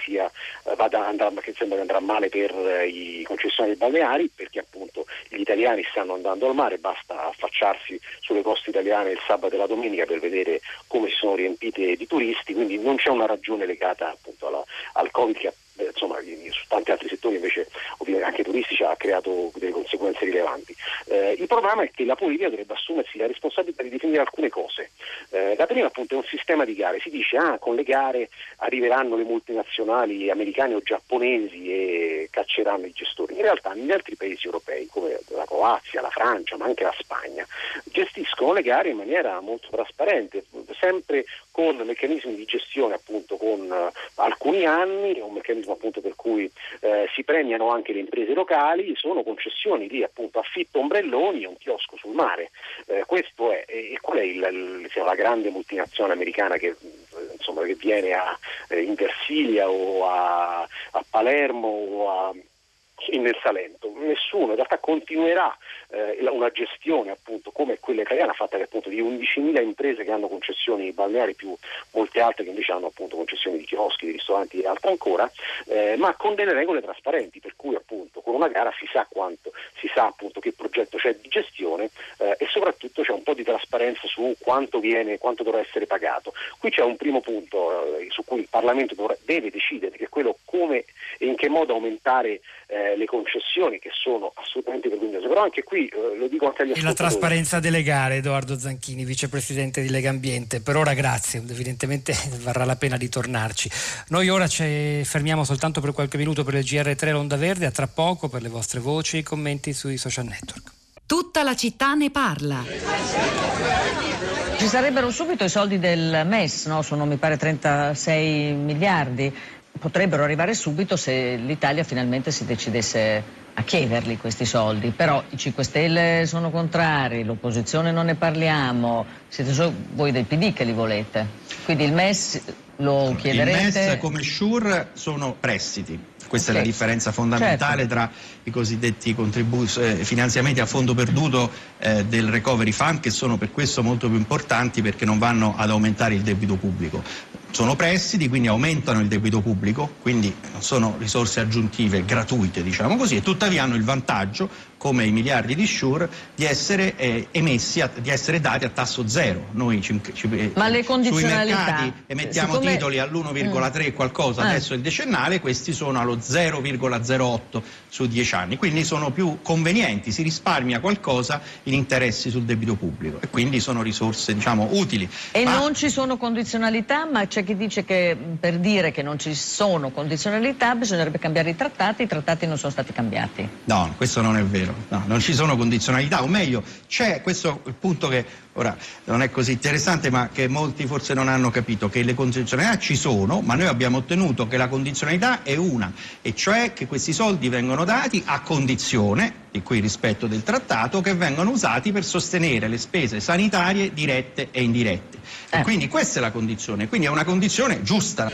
[SPEAKER 2] andrà male per i concessionari balneari, perché appunto gli italiani stanno andando al mare, basta affacciarsi sulle coste italiane il sabato e la domenica per vedere come si sono riempite di turisti, quindi non c'è una ragione legata appunto al Covid che su tanti altri settori invece ovviamente anche turistici ha creato delle conseguenze rilevanti. Il problema è che la politica dovrebbe assumersi la responsabilità di definire alcune cose. La prima appunto è un sistema di gare, si dice con le gare arriveranno le multinazionali americane o giapponesi e cacceranno i gestori. In realtà negli altri paesi europei come la Croazia, la Francia ma anche la Spagna gestiscono le gare in maniera molto trasparente, sempre con meccanismi di gestione appunto con alcuni anni, un meccanismo appunto per cui si premiano anche le imprese locali, sono concessioni di appunto affitto ombrelloni e un chiosco sul mare. Questo è, e qual è la grande multinazionale americana che viene in Versilia o a Palermo o nel Salento? Nessuno, in realtà continuerà una gestione appunto come quella italiana, fatta appunto di 11.000 imprese che hanno concessioni balneari più molte altre che invece hanno appunto concessioni di chioschi, di ristoranti e altre ancora, ma con delle regole trasparenti, per cui appunto con una gara si sa appunto che progetto c'è di gestione e soprattutto c'è un po' di trasparenza su quanto dovrà essere pagato. Qui c'è un primo punto su cui il Parlamento deve decidere, che è quello come e in che modo aumentare le concessioni, che sono assolutamente vergognose. Però anche qui lo dico anche agli
[SPEAKER 3] E
[SPEAKER 2] ascoltatori.
[SPEAKER 3] la trasparenza delle gare, Edoardo Zanchini, vicepresidente di Lega Ambiente. Per ora grazie, evidentemente varrà la pena di tornarci. Noi ora ci fermiamo soltanto per qualche minuto per il GR3 L'Onda Verde, a tra poco per le vostre voci e i commenti sui social network.
[SPEAKER 11] Tutta la città ne parla.
[SPEAKER 12] Ci sarebbero subito i soldi del MES, no? Sono mi pare 36 miliardi. Potrebbero arrivare subito se l'Italia finalmente si decidesse a chiederli questi soldi, però i 5 Stelle sono contrari, l'opposizione non ne parliamo, siete solo voi del PD che li volete, quindi il MES lo chiederete?
[SPEAKER 13] Il MES come SURE sono prestiti. Questa è la differenza fondamentale tra i cosiddetti finanziamenti a fondo perduto del Recovery Fund, che sono per questo molto più importanti perché non vanno ad aumentare il debito pubblico. Sono prestiti, quindi aumentano il debito pubblico, quindi non sono risorse aggiuntive gratuite, diciamo così, e tuttavia hanno il vantaggio, come i miliardi di SURE, di essere emessi, di essere dati a tasso zero. Noi
[SPEAKER 12] ma le condizionalità,
[SPEAKER 13] sui mercati emettiamo titoli all'1,3 qualcosa, adesso il decennale, questi sono allo 0,08 su 10 anni, quindi sono più convenienti, si risparmia qualcosa in interessi sul debito pubblico e quindi sono risorse, diciamo, utili.
[SPEAKER 12] E non ci sono condizionalità, ma c'è chi dice che per dire che non ci sono condizionalità bisognerebbe cambiare i trattati non sono stati cambiati.
[SPEAKER 13] No, questo non è vero, no, non ci sono condizionalità, o meglio, c'è questo il punto che ora non è così interessante, ma che molti forse non hanno capito, che le condizionalità ci sono, ma noi abbiamo ottenuto che la condizionalità è una, e cioè che questi soldi vengono dati a condizione, di cui rispetto del trattato, che vengono usati per sostenere le spese sanitarie dirette e indirette. E quindi questa è la condizione, quindi è una condizione giusta.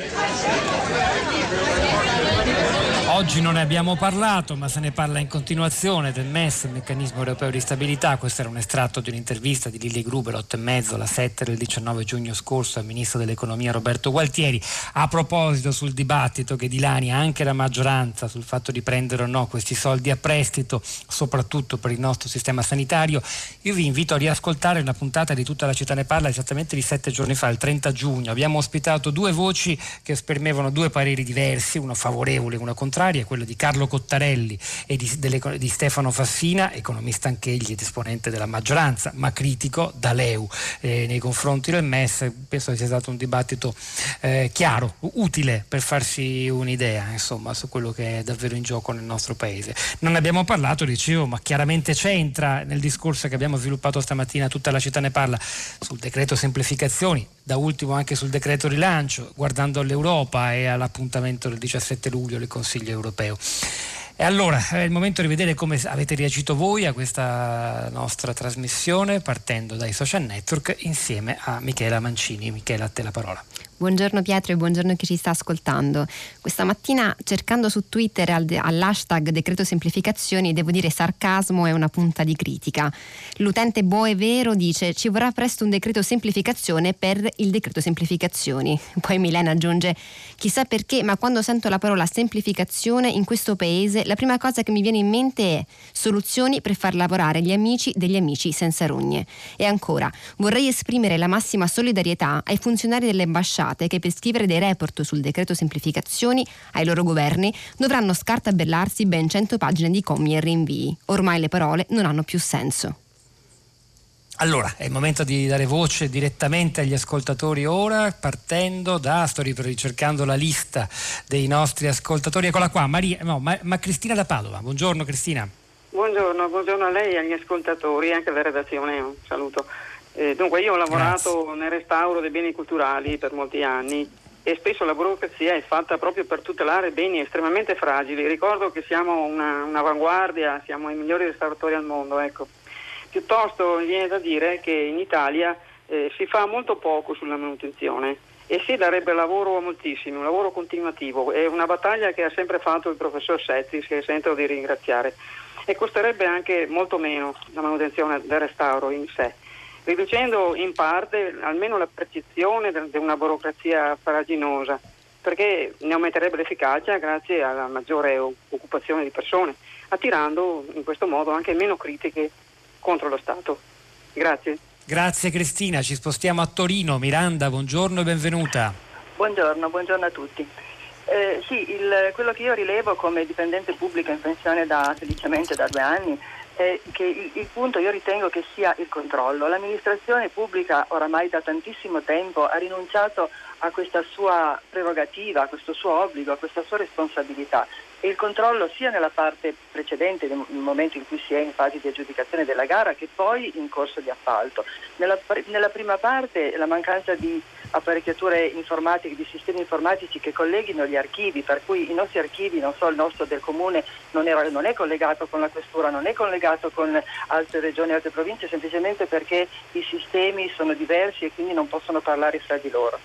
[SPEAKER 3] Oggi non ne abbiamo parlato, ma se ne parla in continuazione del MES, il meccanismo europeo di stabilità. Questo era un estratto di un'intervista di Lily Gruber, 8:30, la 7 del 19 giugno scorso, al ministro dell'economia Roberto Gualtieri, a proposito sul dibattito che dilania anche la maggioranza sul fatto di prendere o no questi soldi a prestito, soprattutto per il nostro sistema sanitario. Io vi invito a riascoltare una puntata di Tutta la città ne parla esattamente di 7 giorni fa, il 30 giugno. Abbiamo ospitato due voci che esprimevano due pareri diversi, uno favorevole e uno contrario, quello di Carlo Cottarelli e di Stefano Fassina, economista anch'egli ed esponente della maggioranza, ma critico da LeU nei confronti del MES. Penso che sia stato un dibattito chiaro, utile per farsi un'idea, insomma, su quello che è davvero in gioco nel nostro paese. Non ne abbiamo parlato, dicevo, ma chiaramente c'entra nel discorso che abbiamo sviluppato stamattina, Tutta la città ne parla, sul decreto semplificazioni, da ultimo anche sul decreto rilancio, guardando all'Europa e all'appuntamento del 17 luglio del Consiglio europeo. E allora è il momento di vedere come avete reagito voi a questa nostra trasmissione, partendo dai social network insieme a Michela Mancini. Michela, a te la parola.
[SPEAKER 14] Buongiorno Pietro e buongiorno chi ci sta ascoltando. Questa mattina, cercando su Twitter all'hashtag decreto semplificazioni, devo dire sarcasmo e una punta di critica. L'utente Boe Vero dice: ci vorrà presto un decreto semplificazione per il decreto semplificazioni. Poi Milena aggiunge: chissà perché, ma quando sento la parola semplificazione in questo paese la prima cosa che mi viene in mente è soluzioni per far lavorare gli amici degli amici senza rogne. E ancora, vorrei esprimere la massima solidarietà ai funzionari delle ambasciate che per scrivere dei report sul decreto semplificazioni ai loro governi dovranno scartabellarsi ben 100 pagine di commi e rinvii. Ormai le parole non hanno più senso.
[SPEAKER 3] Allora, è il momento di dare voce direttamente agli ascoltatori ora, partendo da, sto ricercando la lista dei nostri ascoltatori, eccola qua, ma Cristina da Padova. Buongiorno Cristina.
[SPEAKER 15] Buongiorno a lei e agli ascoltatori, anche alla redazione, un saluto. Dunque, io ho lavorato nel restauro dei beni culturali per molti anni e spesso la burocrazia è fatta proprio per tutelare beni estremamente fragili. Ricordo che siamo un'avanguardia, siamo i migliori restauratori al mondo, ecco. Piuttosto mi viene da dire che in Italia si fa molto poco sulla manutenzione e si darebbe lavoro a moltissimi, un lavoro continuativo. È una battaglia che ha sempre fatto il professor Settis, che sento di ringraziare, e costerebbe anche molto meno la manutenzione del restauro in sé, riducendo in parte almeno la percezione di una burocrazia farraginosa, perché ne aumenterebbe l'efficacia grazie alla maggiore occupazione di persone, attirando in questo modo anche meno critiche contro lo Stato. Grazie.
[SPEAKER 3] Grazie Cristina, ci spostiamo a Torino. Miranda, buongiorno e benvenuta.
[SPEAKER 16] Buongiorno a tutti. Quello che io rilevo come dipendente pubblico in pensione felicemente da 2 anni è che il punto io ritengo che sia il controllo. L'amministrazione pubblica oramai da tantissimo tempo ha rinunciato a questa sua prerogativa, a questo suo obbligo, a questa sua responsabilità. E il controllo sia nella parte precedente, nel momento in cui si è in fase di aggiudicazione della gara, che poi in corso di appalto. Nella prima parte la mancanza di apparecchiature informatiche, di sistemi informatici che colleghino gli archivi, per cui i nostri archivi, non so, il nostro del comune non è collegato con la questura, non è collegato con altre regioni, altre province, semplicemente perché i sistemi sono diversi e quindi non possono parlare fra di loro.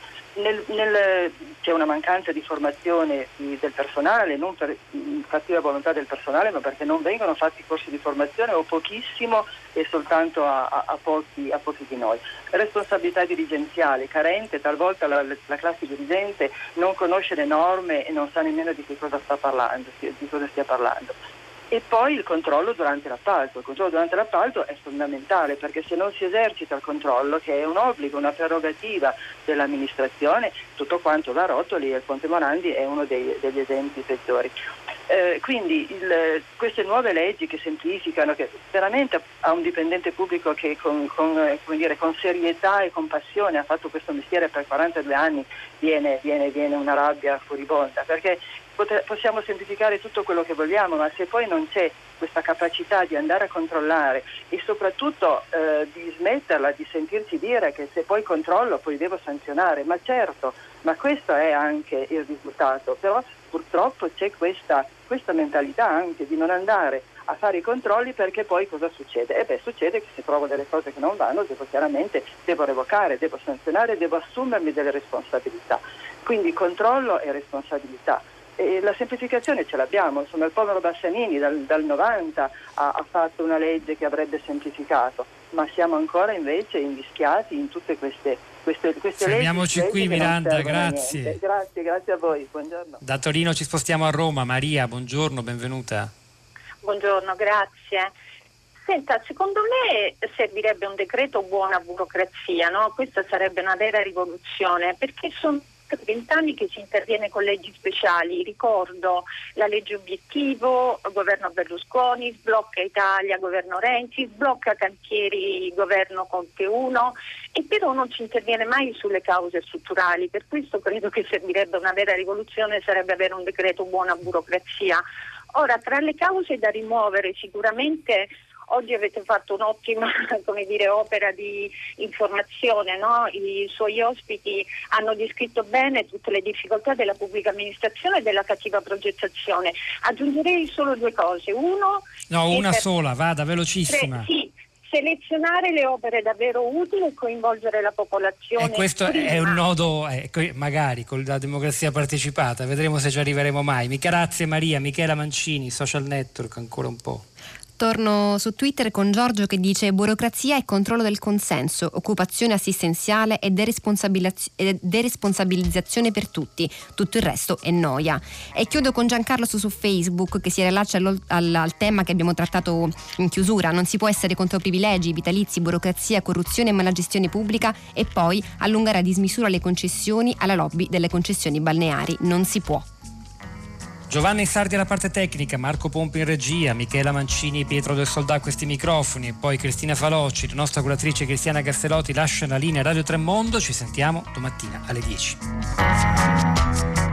[SPEAKER 16] C'è una mancanza di formazione del personale, non per cattiva volontà del personale, ma perché non vengono fatti corsi di formazione o pochissimo e soltanto a pochi di noi. Responsabilità dirigenziale carente, talvolta la classe dirigente non conosce le norme e non sa nemmeno di che cosa stia parlando. E poi il controllo durante l'appalto. Il controllo durante l'appalto è fondamentale, perché se non si esercita il controllo, che è un obbligo, una prerogativa dell'amministrazione, tutto quanto va a rotoli, e il Ponte Morandi è uno degli esempi peggiori. Quindi queste nuove leggi che semplificano, che veramente a un dipendente pubblico che con serietà e con passione ha fatto questo mestiere per 42 anni viene una rabbia furibonda, perché possiamo semplificare tutto quello che vogliamo, ma se poi non c'è questa capacità di andare a controllare e soprattutto di smetterla di sentirci dire che se poi controllo poi devo sanzionare, ma certo, ma questo è anche il risultato. Però purtroppo c'è questa mentalità anche di non andare a fare i controlli, perché poi cosa succede? Succede che se trovo delle cose che non vanno devo revocare, devo sanzionare, devo assumermi delle responsabilità. Quindi controllo e responsabilità. E la semplificazione ce l'abbiamo, insomma il povero Bassanini dal 90 ha fatto una legge che avrebbe semplificato, ma siamo ancora invece invischiati in tutte queste
[SPEAKER 3] fermiamoci
[SPEAKER 16] leggi
[SPEAKER 3] qui, Miranda, grazie.
[SPEAKER 16] Grazie a voi, buongiorno.
[SPEAKER 3] Da Torino ci spostiamo a Roma. Maria, buongiorno, benvenuta.
[SPEAKER 17] Buongiorno, grazie. Senta, secondo me servirebbe un decreto buona burocrazia, no? Questa sarebbe una vera rivoluzione, perché sono 20 anni che si interviene con leggi speciali. Ricordo la legge obiettivo, governo Berlusconi, sblocca Italia, governo Renzi, sblocca cantieri, governo Conte 1, e però non si interviene mai sulle cause strutturali. Per questo credo che servirebbe una vera rivoluzione, sarebbe avere un decreto buona burocrazia. Ora, tra le cause da rimuovere sicuramente oggi avete fatto un'ottima, opera di informazione, no? I suoi ospiti hanno descritto bene tutte le difficoltà della pubblica amministrazione e della cattiva progettazione. Aggiungerei solo 2 cose.
[SPEAKER 3] Una sola, vada, velocissima.
[SPEAKER 17] Selezionare le opere davvero utili e coinvolgere la popolazione.
[SPEAKER 3] E questo è un nodo, magari con la democrazia partecipata, vedremo se ci arriveremo mai. Grazie Maria. Michela Mancini, Social Network, ancora un po'.
[SPEAKER 14] Torno su Twitter con Giorgio che dice: burocrazia e controllo del consenso, occupazione assistenziale e deresponsabilizzazione per tutti, tutto il resto è noia. E chiudo con Giancarlo su Facebook che si riallaccia al tema che abbiamo trattato in chiusura: non si può essere contro privilegi, vitalizi, burocrazia, corruzione e malagestione pubblica e poi allungare a dismisura le concessioni alla lobby delle concessioni balneari, non si può.
[SPEAKER 3] Giovanni Sardi alla parte tecnica, Marco Pompi in regia, Michela Mancini e Pietro del Soldà a questi microfoni, e poi Cristina Falocci, la nostra curatrice Cristiana Gasselotti lascia la linea Radio Tremondo. Ci sentiamo domattina alle 10.